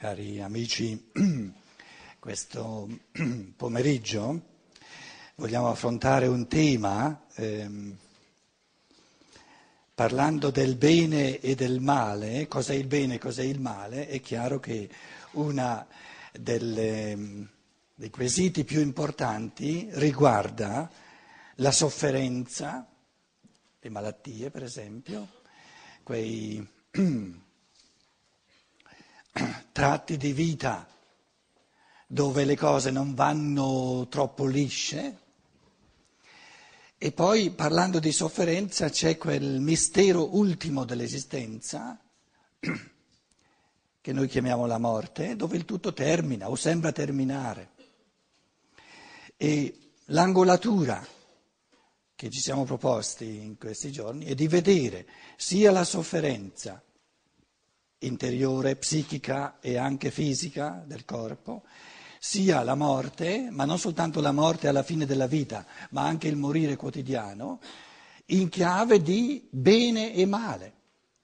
Cari amici, questo pomeriggio vogliamo affrontare un tema parlando del bene e del male. Cos'è il bene e cos'è il male? È chiaro che uno dei quesiti più importanti riguarda la sofferenza, le malattie per esempio, quei tratti di vita dove le cose non vanno troppo lisce, e poi parlando di sofferenza c'è quel mistero ultimo dell'esistenza che noi chiamiamo la morte, dove il tutto termina o sembra terminare, e l'angolatura che ci siamo proposti in questi giorni è di vedere sia la sofferenza interiore, psichica e anche fisica del corpo, sia la morte, ma non soltanto la morte alla fine della vita, ma anche il morire quotidiano, in chiave di bene e male.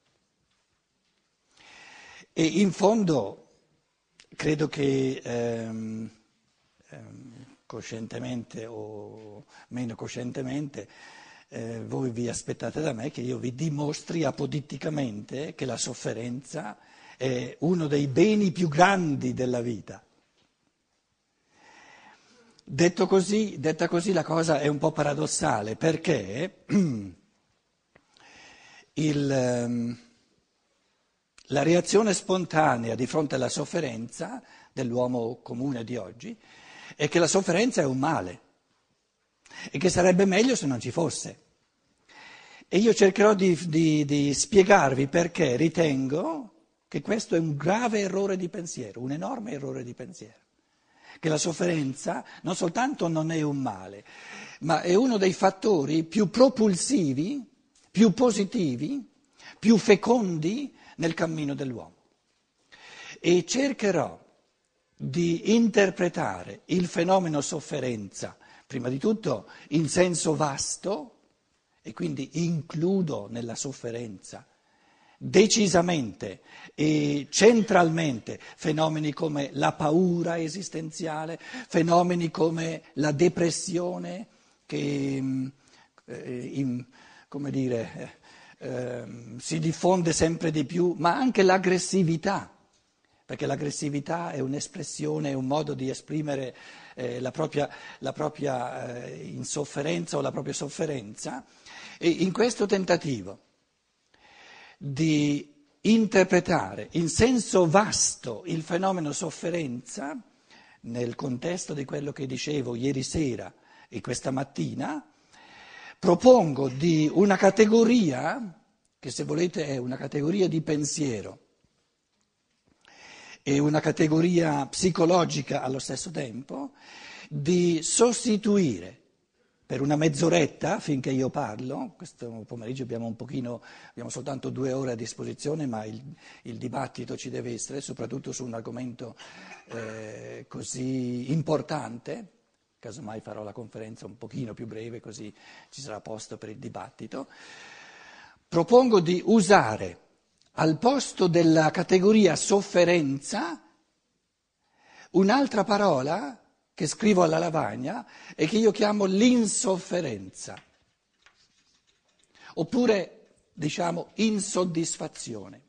E in fondo credo che coscientemente o meno coscientemente voi vi aspettate da me che io vi dimostri apoditticamente che la sofferenza è uno dei beni più grandi della vita. Detta così la cosa è un po' paradossale, perché la reazione spontanea di fronte alla sofferenza dell'uomo comune di oggi è che la sofferenza è un male e che sarebbe meglio se non ci fosse. E io cercherò di spiegarvi perché ritengo che questo è un grave errore di pensiero, un enorme errore di pensiero. Che la sofferenza non soltanto non è un male, ma è uno dei fattori più propulsivi, più positivi, più fecondi nel cammino dell'uomo. E cercherò di interpretare il fenomeno sofferenza, prima di tutto in senso vasto, e quindi includo nella sofferenza decisamente e centralmente fenomeni come la paura esistenziale, fenomeni come la depressione che si diffonde sempre di più, ma anche l'aggressività, perché l'aggressività è un'espressione, è un modo di esprimere la propria insofferenza o la propria sofferenza, e in questo tentativo di interpretare in senso vasto il fenomeno sofferenza, nel contesto di quello che dicevo ieri sera e questa mattina, propongo di una categoria, che se volete è una categoria di pensiero e una categoria psicologica allo stesso tempo, di sostituire per una mezz'oretta, finché io parlo. Questo pomeriggio abbiamo soltanto 2 ore a disposizione, ma il dibattito ci deve essere, soprattutto su un argomento così importante. Casomai farò la conferenza un pochino più breve, così ci sarà posto per il dibattito. Propongo di usare al posto della categoria sofferenza un'altra parola che scrivo alla lavagna e che io chiamo l'insofferenza, oppure diciamo insoddisfazione.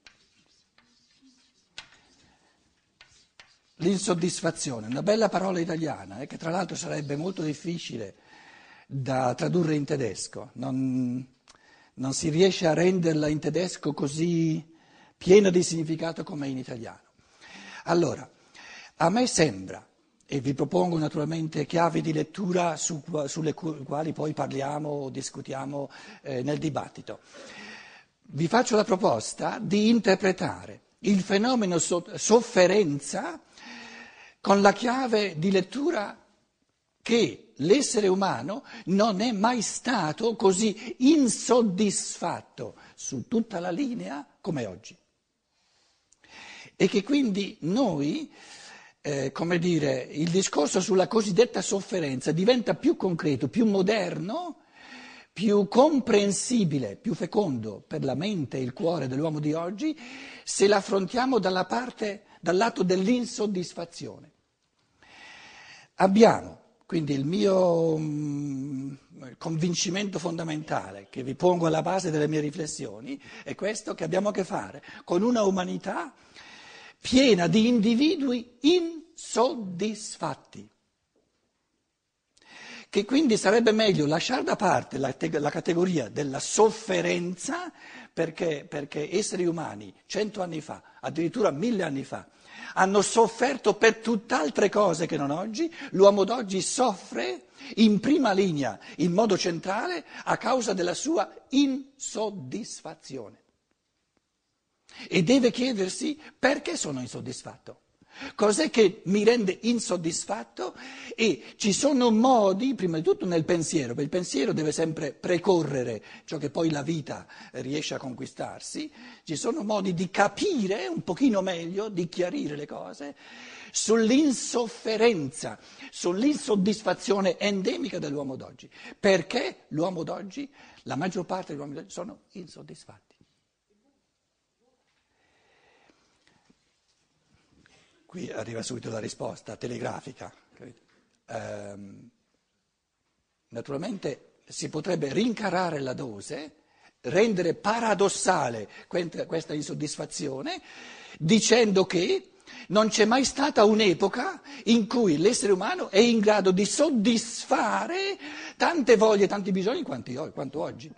L'insoddisfazione, una bella parola italiana, che tra l'altro sarebbe molto difficile da tradurre in tedesco, non si riesce a renderla in tedesco così piena di significato come in italiano. Allora, a me sembra, e vi propongo naturalmente chiavi di lettura sulle quali poi parliamo o discutiamo nel dibattito, vi faccio la proposta di interpretare il fenomeno sofferenza con la chiave di lettura che l'essere umano non è mai stato così insoddisfatto su tutta la linea come oggi. E che quindi noi, il discorso sulla cosiddetta sofferenza diventa più concreto, più moderno, più comprensibile, più fecondo per la mente e il cuore dell'uomo di oggi, se la affrontiamo dalla parte dal lato dell'insoddisfazione. Abbiamo, quindi il mio convincimento fondamentale che vi pongo alla base delle mie riflessioni è questo, che abbiamo a che fare con una umanità piena di individui insoddisfatti, che quindi sarebbe meglio lasciare da parte la categoria della sofferenza, perché esseri umani 100 anni fa, addirittura 1000 anni fa, hanno sofferto per tutt'altre cose che non oggi. L'uomo d'oggi soffre in prima linea, in modo centrale, a causa della sua insoddisfazione. E deve chiedersi: perché sono insoddisfatto? Cos'è che mi rende insoddisfatto? E ci sono modi, prima di tutto nel pensiero, perché il pensiero deve sempre precorrere ciò che poi la vita riesce a conquistarsi, ci sono modi di capire un pochino meglio, di chiarire le cose, sull'insofferenza, sull'insoddisfazione endemica dell'uomo d'oggi. Perché l'uomo d'oggi, la maggior parte degli uomini d'oggi sono insoddisfatti. Qui arriva subito la risposta telegrafica. Naturalmente si potrebbe rincarare la dose, rendere paradossale questa insoddisfazione, dicendo che non c'è mai stata un'epoca in cui l'essere umano è in grado di soddisfare tante voglie e tanti bisogni quanto oggi.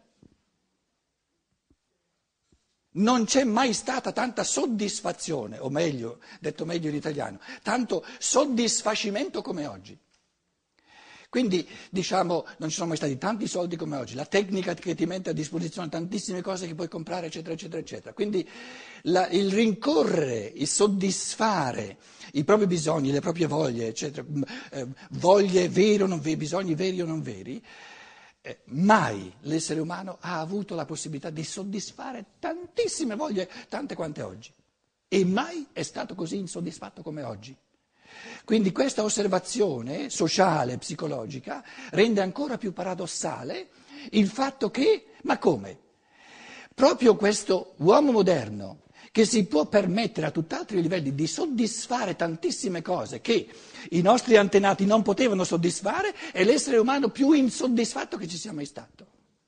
Non c'è mai stata tanta soddisfazione, o meglio, detto meglio in italiano, tanto soddisfacimento come oggi. Quindi, diciamo, non ci sono mai stati tanti soldi come oggi, la tecnica che ti mette a disposizione tantissime cose che puoi comprare, eccetera, eccetera, eccetera. Quindi il rincorrere, il soddisfare i propri bisogni, le proprie voglie, eccetera, voglie vere o non vere, bisogni veri o non veri, mai l'essere umano ha avuto la possibilità di soddisfare tantissime voglie, tante quante oggi, e mai è stato così insoddisfatto come oggi. Quindi questa osservazione sociale, psicologica, rende ancora più paradossale il fatto che, ma come? Proprio questo uomo moderno, che si può permettere a tutt'altri livelli di soddisfare tantissime cose che i nostri antenati non potevano soddisfare, è l'essere umano più insoddisfatto che ci sia mai stato.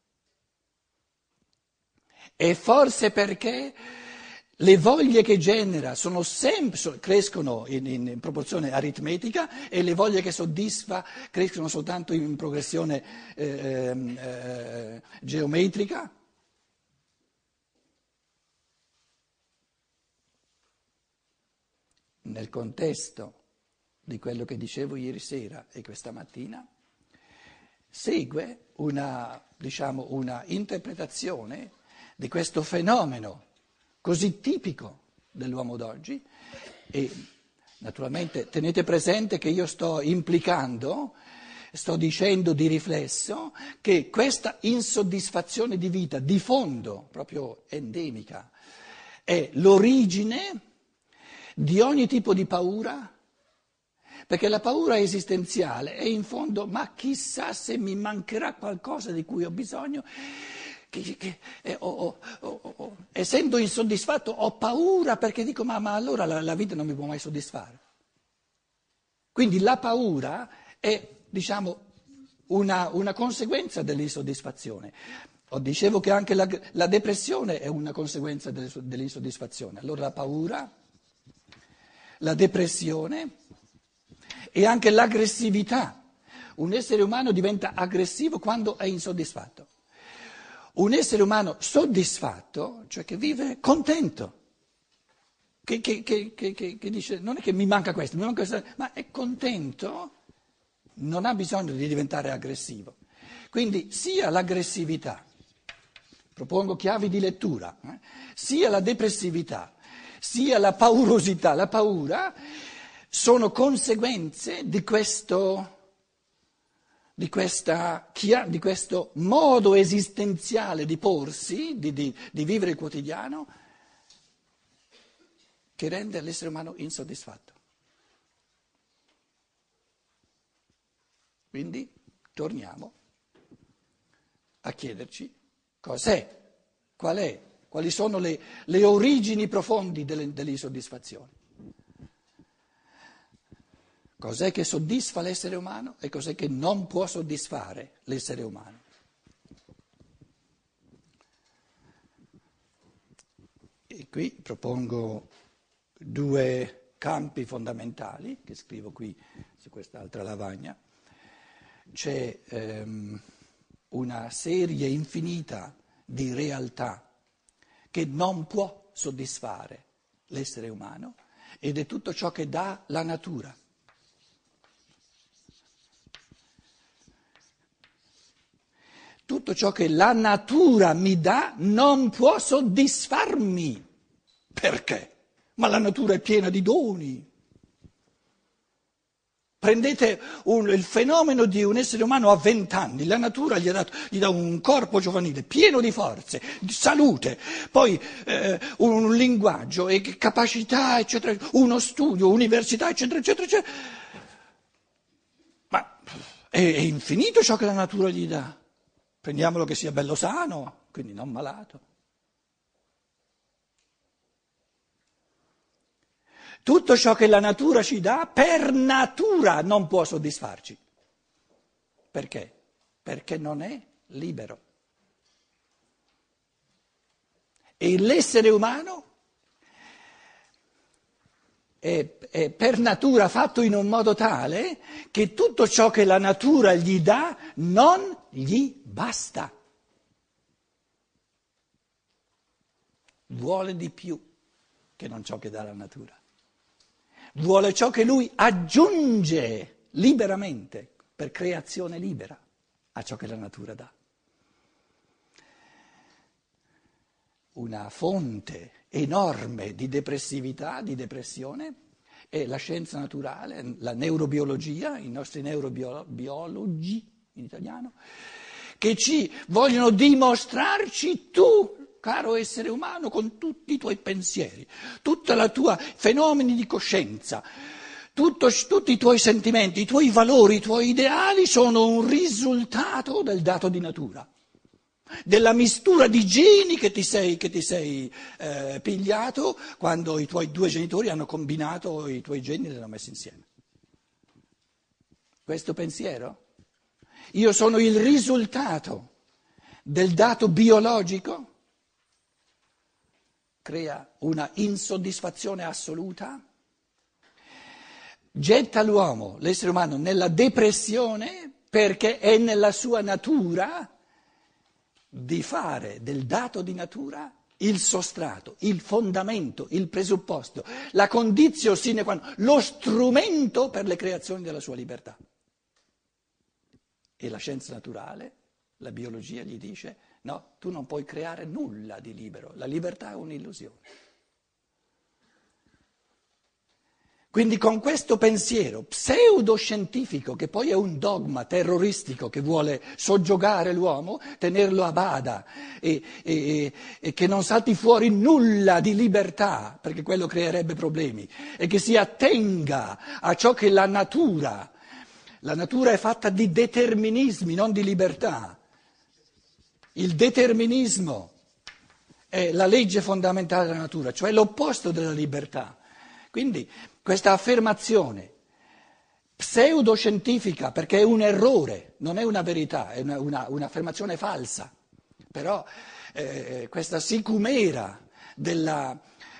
E forse perché le voglie che genera crescono in proporzione aritmetica, e le voglie che soddisfa crescono soltanto in progressione geometrica. Nel contesto di quello che dicevo ieri sera e questa mattina, segue una interpretazione di questo fenomeno così tipico dell'uomo d'oggi. E naturalmente tenete presente che io sto dicendo di riflesso, che questa insoddisfazione di vita di fondo, proprio endemica, è l'origine di ogni tipo di paura, perché la paura esistenziale è in fondo: ma chissà se mi mancherà qualcosa di cui ho bisogno, essendo insoddisfatto ho paura, perché dico ma allora la vita non mi può mai soddisfare. Quindi la paura è, una conseguenza dell'insoddisfazione. Dicevo che anche la depressione è una conseguenza dell'insoddisfazione. Allora la paura, la depressione e anche l'aggressività. Un essere umano diventa aggressivo quando è insoddisfatto. Un essere umano soddisfatto, cioè che vive contento, che dice non è che mi manca questo, ma è contento, non ha bisogno di diventare aggressivo. Quindi sia l'aggressività, propongo chiavi di lettura, sia la depressività, sia la paurosità, la paura, sono conseguenze di questo modo esistenziale di porsi, di vivere il quotidiano, che rende l'essere umano insoddisfatto. Quindi torniamo a chiederci quali sono le origini profondi dell'insoddisfazione. Cos'è che soddisfa l'essere umano e cos'è che non può soddisfare l'essere umano. E qui propongo due campi fondamentali, che scrivo qui su quest'altra lavagna. C'è una serie infinita di realtà che non può soddisfare l'essere umano ed è tutto ciò che dà la natura. Tutto ciò che la natura mi dà non può soddisfarmi. Perché? Ma la natura è piena di doni. Prendete il fenomeno di un essere umano a 20 anni, la natura gli dà un corpo giovanile pieno di forze, di salute, poi un linguaggio e capacità, eccetera, uno studio, università, eccetera, eccetera, eccetera. Ma è infinito ciò che la natura gli dà. Prendiamolo che sia bello sano, quindi non malato. Tutto ciò che la natura ci dà, per natura non può soddisfarci. Perché? Perché non è libero. E l'essere umano è per natura fatto in un modo tale che tutto ciò che la natura gli dà non gli basta. Vuole di più che non ciò che dà la natura. Vuole ciò che lui aggiunge liberamente, per creazione libera, a ciò che la natura dà. Una fonte enorme di depressività, di depressione, è la scienza naturale, la neurobiologia, i nostri neurobiologi in italiano, che ci vogliono dimostrarci tu, caro essere umano, con tutti i tuoi pensieri, tutta la tua fenomeni di coscienza, tutti i tuoi sentimenti, i tuoi valori, i tuoi ideali sono un risultato del dato di natura, della mistura di geni che ti sei pigliato quando i tuoi due genitori hanno combinato i tuoi geni e li hanno messi insieme. Questo pensiero? Io sono il risultato del dato biologico? Crea una insoddisfazione assoluta, getta l'uomo, l'essere umano, nella depressione perché è nella sua natura di fare del dato di natura il sostrato, il fondamento, il presupposto, la conditio sine qua non, lo strumento per le creazioni della sua libertà. E la scienza naturale, la biologia gli dice: no, tu non puoi creare nulla di libero, la libertà è un'illusione. Quindi con questo pensiero pseudoscientifico, che poi è un dogma terroristico che vuole soggiogare l'uomo, tenerlo a bada e che non salti fuori nulla di libertà, perché quello creerebbe problemi, e che si attenga a ciò che la natura è fatta di determinismi, non di libertà. Il determinismo è la legge fondamentale della natura, cioè l'opposto della libertà. Quindi questa affermazione pseudoscientifica, perché è un errore, non è una verità, è un'affermazione falsa, però questa sicumera della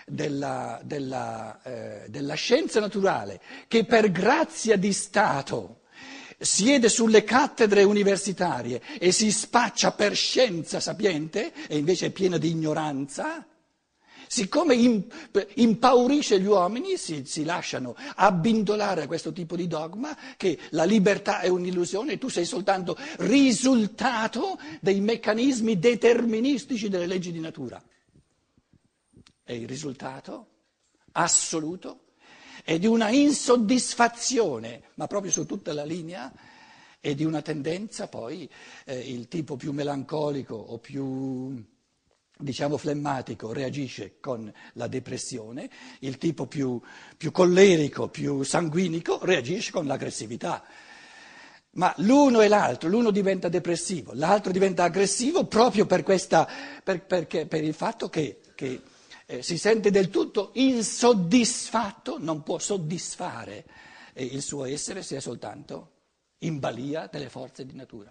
scienza naturale, che per grazia di Stato siede sulle cattedre universitarie e si spaccia per scienza sapiente e invece è piena di ignoranza, siccome impaurisce gli uomini, si lasciano abbindolare a questo tipo di dogma che la libertà è un'illusione e tu sei soltanto risultato dei meccanismi deterministici delle leggi di natura. E il risultato assoluto è di una insoddisfazione, ma proprio su tutta la linea, e di una tendenza poi, il tipo più melancolico o più, diciamo, flemmatico reagisce con la depressione, il tipo più collerico, più sanguinico reagisce con l'aggressività. Ma l'uno e l'altro, l'uno diventa depressivo, l'altro diventa aggressivo proprio per il fatto che si sente del tutto insoddisfatto, non può soddisfare e il suo essere sia soltanto in balia delle forze di natura.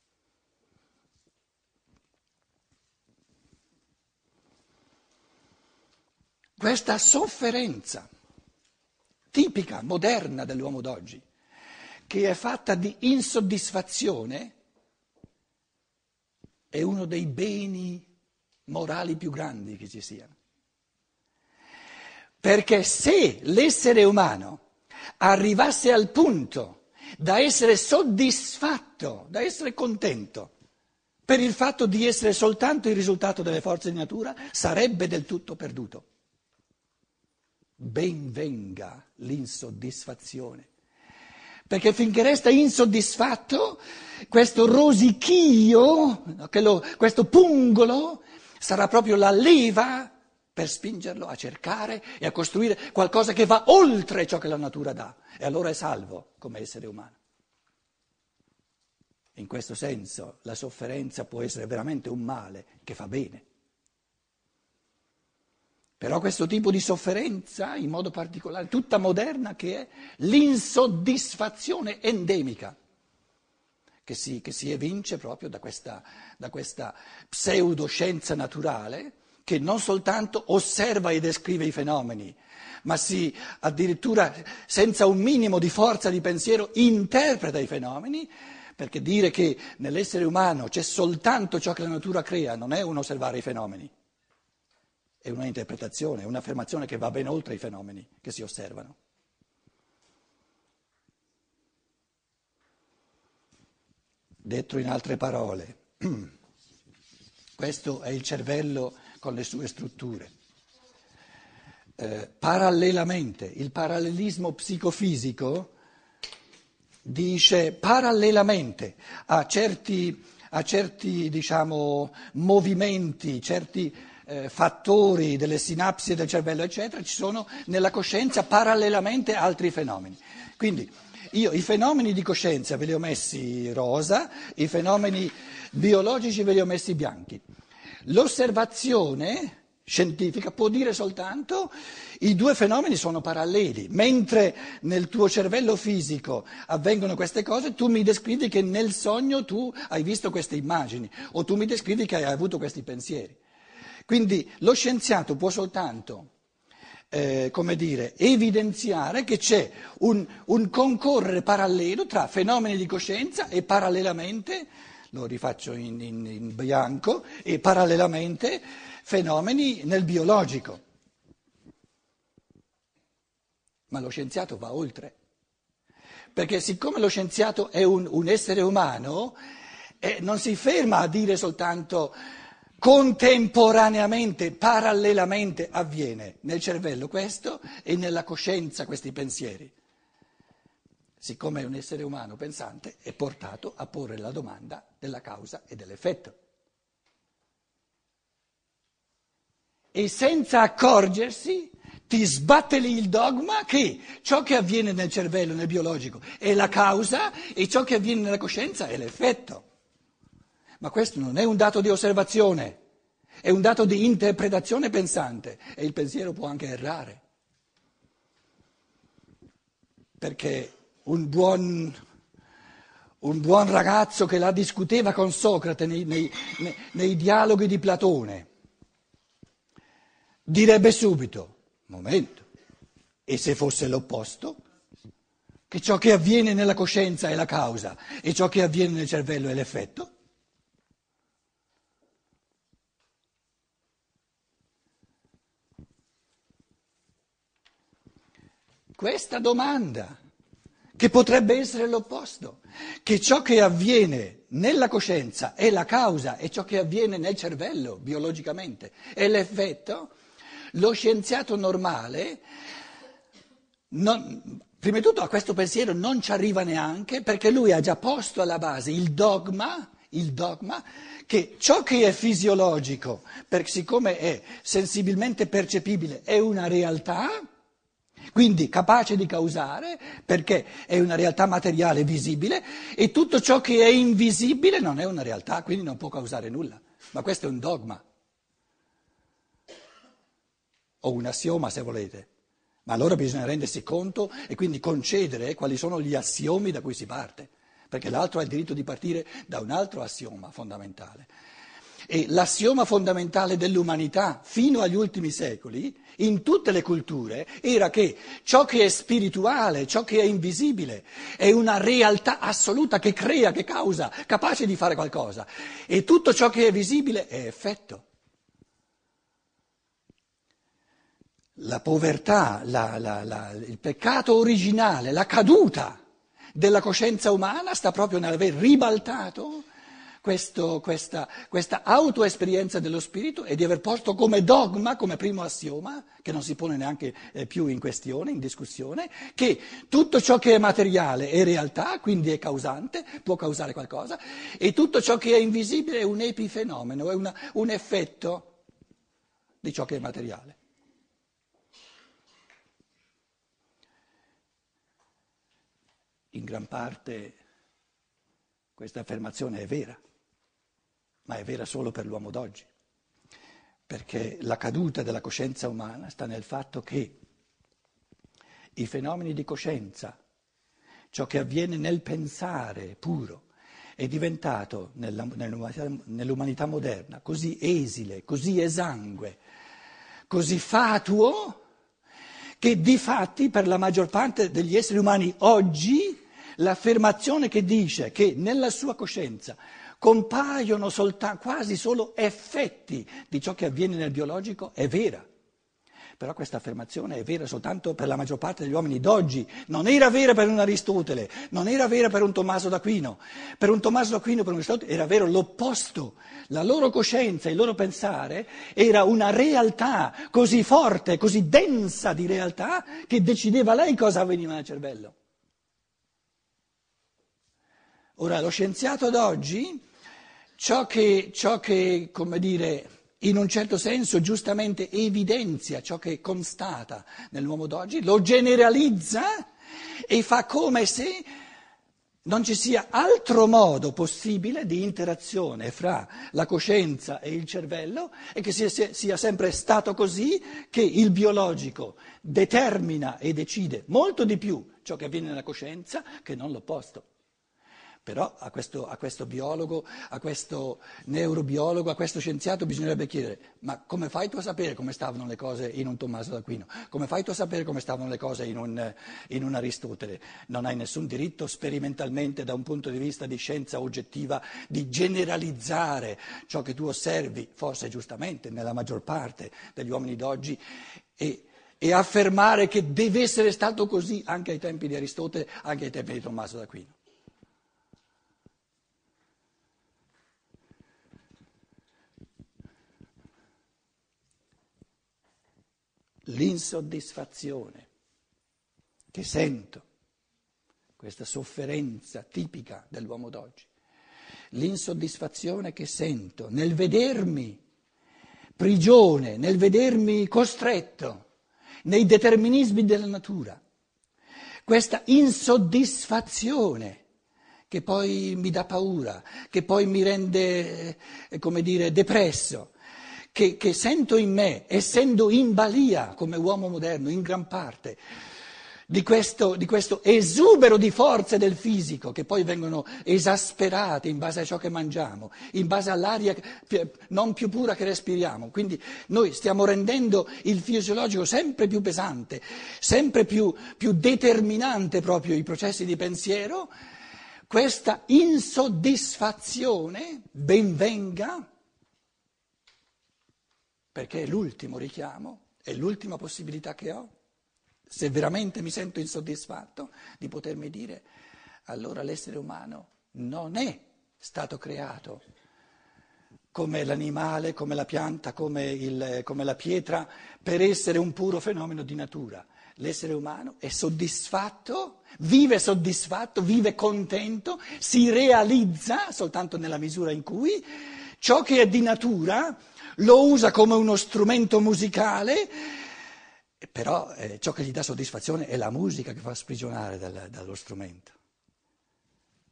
Questa sofferenza tipica, moderna dell'uomo d'oggi, che è fatta di insoddisfazione, è uno dei beni morali più grandi che ci siano. Perché se l'essere umano arrivasse al punto da essere soddisfatto, da essere contento per il fatto di essere soltanto il risultato delle forze di natura, sarebbe del tutto perduto. Ben venga l'insoddisfazione, perché finché resta insoddisfatto, questo rosichio, questo pungolo, sarà proprio la leva per spingerlo a cercare e a costruire qualcosa che va oltre ciò che la natura dà, e allora è salvo come essere umano. In questo senso la sofferenza può essere veramente un male che fa bene. Però questo tipo di sofferenza, in modo particolare, tutta moderna, che è l'insoddisfazione endemica, che si evince proprio da questa pseudoscienza naturale, che non soltanto osserva e descrive i fenomeni, ma addirittura senza un minimo di forza di pensiero interpreta i fenomeni, perché dire che nell'essere umano c'è soltanto ciò che la natura crea non è un osservare i fenomeni. È una interpretazione, è un'affermazione che va ben oltre i fenomeni che si osservano. Detto in altre parole, questo è il cervello con le sue strutture. Parallelamente, il parallelismo psicofisico dice parallelamente a certi diciamo, movimenti, certi fattori delle sinapsi del cervello, eccetera, ci sono nella coscienza parallelamente altri fenomeni. Quindi io i fenomeni di coscienza ve li ho messi rosa, i fenomeni biologici ve li ho messi bianchi. L'osservazione scientifica può dire soltanto i due fenomeni sono paralleli, mentre nel tuo cervello fisico avvengono queste cose, tu mi descrivi che nel sogno tu hai visto queste immagini o tu mi descrivi che hai avuto questi pensieri. Quindi lo scienziato può soltanto, evidenziare che c'è un concorrere parallelo tra fenomeni di coscienza e parallelamente, lo rifaccio in bianco, e parallelamente fenomeni nel biologico. Ma lo scienziato va oltre, perché siccome lo scienziato è un essere umano, non si ferma a dire soltanto contemporaneamente, parallelamente avviene nel cervello questo e nella coscienza questi pensieri. Siccome è un essere umano pensante, è portato a porre la domanda della causa e dell'effetto. E senza accorgersi ti sbatte lì il dogma che ciò che avviene nel cervello, nel biologico, è la causa e ciò che avviene nella coscienza è l'effetto. Ma questo non è un dato di osservazione, è un dato di interpretazione pensante e il pensiero può anche errare. Perché un buon ragazzo che la discuteva con Socrate nei dialoghi di Platone direbbe subito, momento, e se fosse l'opposto? Che ciò che avviene nella coscienza è la causa e ciò che avviene nel cervello è l'effetto? Questa domanda, che potrebbe essere l'opposto, che ciò che avviene nella coscienza è la causa e ciò che avviene nel cervello biologicamente è l'effetto, lo scienziato normale, prima di tutto a questo pensiero non ci arriva neanche perché lui ha già posto alla base il dogma che ciò che è fisiologico, siccome è sensibilmente percepibile, è una realtà, quindi capace di causare, perché è una realtà materiale visibile, e tutto ciò che è invisibile non è una realtà, quindi non può causare nulla. Ma questo è un dogma, o un assioma se volete, Ma allora bisogna rendersi conto e quindi concedere quali sono gli assiomi da cui si parte, perché l'altro ha il diritto di partire da un altro assioma fondamentale. E l'assioma fondamentale dell'umanità fino agli ultimi secoli, in tutte le culture, era che ciò che è spirituale, ciò che è invisibile, è una realtà assoluta che crea, che causa, capace di fare qualcosa. E tutto ciò che è visibile è effetto. La povertà, il peccato originale, la caduta della coscienza umana sta proprio nell'aver ribaltato questa autoesperienza dello spirito e di aver posto come dogma, come primo assioma, che non si pone neanche più in questione, in discussione, che tutto ciò che è materiale è realtà, quindi è causante, può causare qualcosa, e tutto ciò che è invisibile è un epifenomeno, è un effetto di ciò che è materiale. In gran parte questa affermazione è vera, ma è vera solo per l'uomo d'oggi, perché la caduta della coscienza umana sta nel fatto che i fenomeni di coscienza, ciò che avviene nel pensare puro, è diventato nell'umanità moderna così esile, così esangue, così fatuo, che difatti per la maggior parte degli esseri umani oggi l'affermazione che dice che nella sua coscienza compaiono quasi solo effetti di ciò che avviene nel biologico è vera. Però questa affermazione è vera soltanto per la maggior parte degli uomini d'oggi, non era vera per un Aristotele, non era vera per un Tommaso d'Aquino. Per un Tommaso d'Aquino, per un Aristotele era vero l'opposto. La loro coscienza, il loro pensare era una realtà così forte, così densa di realtà che decideva lei cosa avveniva nel cervello. Ora, lo scienziato d'oggi, ciò che, come dire, in un certo senso giustamente evidenzia, ciò che constata nell'uomo d'oggi, lo generalizza e fa come se non ci sia altro modo possibile di interazione fra la coscienza e il cervello e che sia sempre stato così, che il biologico determina e decide molto di più ciò che avviene nella coscienza che non l'opposto. Però a questo biologo, a questo neurobiologo, a questo scienziato bisognerebbe chiedere: ma come fai tu a sapere come stavano le cose in un Tommaso d'Aquino? Come fai tu a sapere come stavano le cose in un Aristotele? Non hai nessun diritto sperimentalmente, da un punto di vista di scienza oggettiva, di generalizzare ciò che tu osservi, forse giustamente nella maggior parte degli uomini d'oggi, e affermare che deve essere stato così anche ai tempi di Aristotele, anche ai tempi di Tommaso d'Aquino. L'insoddisfazione che sento, questa sofferenza tipica dell'uomo d'oggi, l'insoddisfazione che sento nel vedermi prigione, nel vedermi costretto nei determinismi della natura, questa insoddisfazione che poi mi dà paura, che poi mi rende, come dire, depresso, che sento in me, essendo in balia come uomo moderno, in gran parte, di questo esubero di forze del fisico che poi vengono esasperate in base a ciò che mangiamo, in base all'aria non più pura che respiriamo. Quindi noi stiamo rendendo il fisiologico sempre più pesante, sempre più determinante proprio i processi di pensiero. Questa insoddisfazione ben venga, perché è l'ultimo richiamo, è l'ultima possibilità che ho, se veramente mi sento insoddisfatto, di potermi dire: allora l'essere umano non è stato creato come l'animale, come la pianta, come la pietra, per essere un puro fenomeno di natura. L'essere umano è soddisfatto, vive contento, si realizza soltanto nella misura in cui ciò che è di natura lo usa come uno strumento musicale, però ciò che gli dà soddisfazione è la musica che fa sprigionare dallo strumento.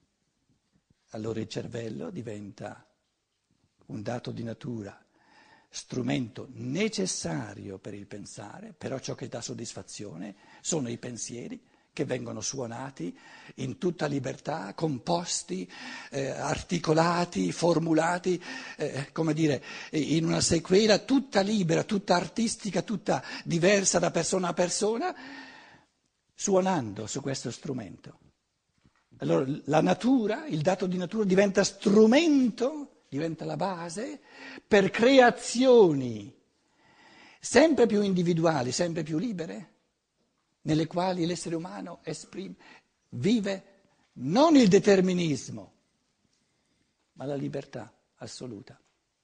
Allora il cervello diventa un dato di natura strumento necessario per il pensare, però ciò che dà soddisfazione sono i pensieri che vengono suonati in tutta libertà, composti, articolati, formulati, come dire, in una sequela tutta libera, tutta artistica, tutta diversa da persona a persona, suonando su questo strumento. Allora la natura, il dato di natura diventa strumento, diventa la base per creazioni sempre più individuali, sempre più libere, nelle quali l'essere umano vive non il determinismo, ma la libertà assoluta.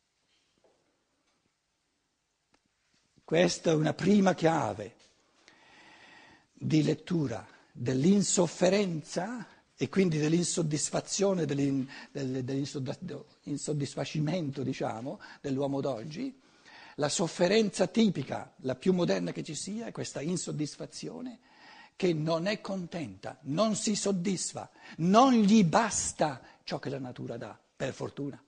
Questa è una prima chiave di lettura dell'insofferenza e quindi dell'insoddisfazione, dell'insoddisfacimento, diciamo, dell'uomo d'oggi. La sofferenza tipica, la più moderna che ci sia, è questa insoddisfazione che non è contenta, non si soddisfa, non gli basta ciò che la natura dà, per fortuna.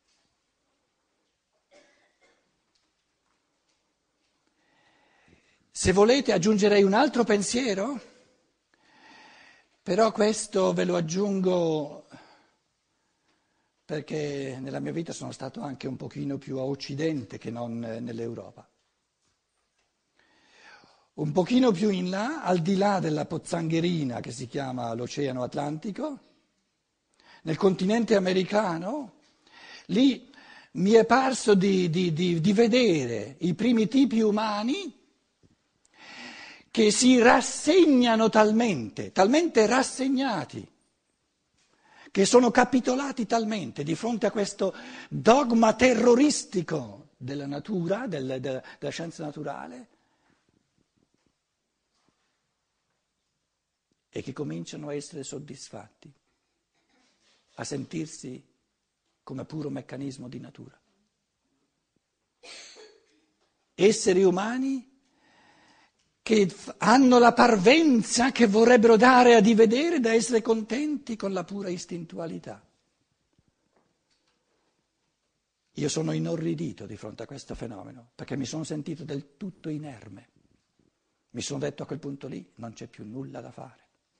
Se volete aggiungerei un altro pensiero, però questo ve lo aggiungo perché nella mia vita sono stato anche un pochino più a Occidente che non nell'Europa. Un pochino più in là, al di là della pozzangherina che si chiama l'Oceano Atlantico, nel continente americano, lì mi è parso di vedere i primi tipi umani che si rassegnano talmente rassegnati, che sono capitolati talmente di fronte a questo dogma terroristico della natura, della scienza naturale, e che cominciano a essere soddisfatti, a sentirsi come puro meccanismo di natura. Esseri umani che hanno la parvenza che vorrebbero dare a di vedere da essere contenti con la pura istintualità. Io sono inorridito di fronte a questo fenomeno, perché mi sono sentito del tutto inerme. Mi sono detto a quel punto lì non c'è più nulla da fare.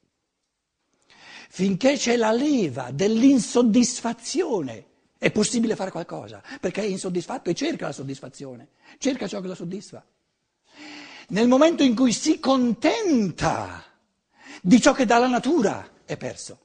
Finché c'è la leva dell'insoddisfazione è possibile fare qualcosa, perché è insoddisfatto e cerca la soddisfazione, cerca ciò che lo soddisfa. Nel momento in cui si contenta di ciò che dà la natura, è perso.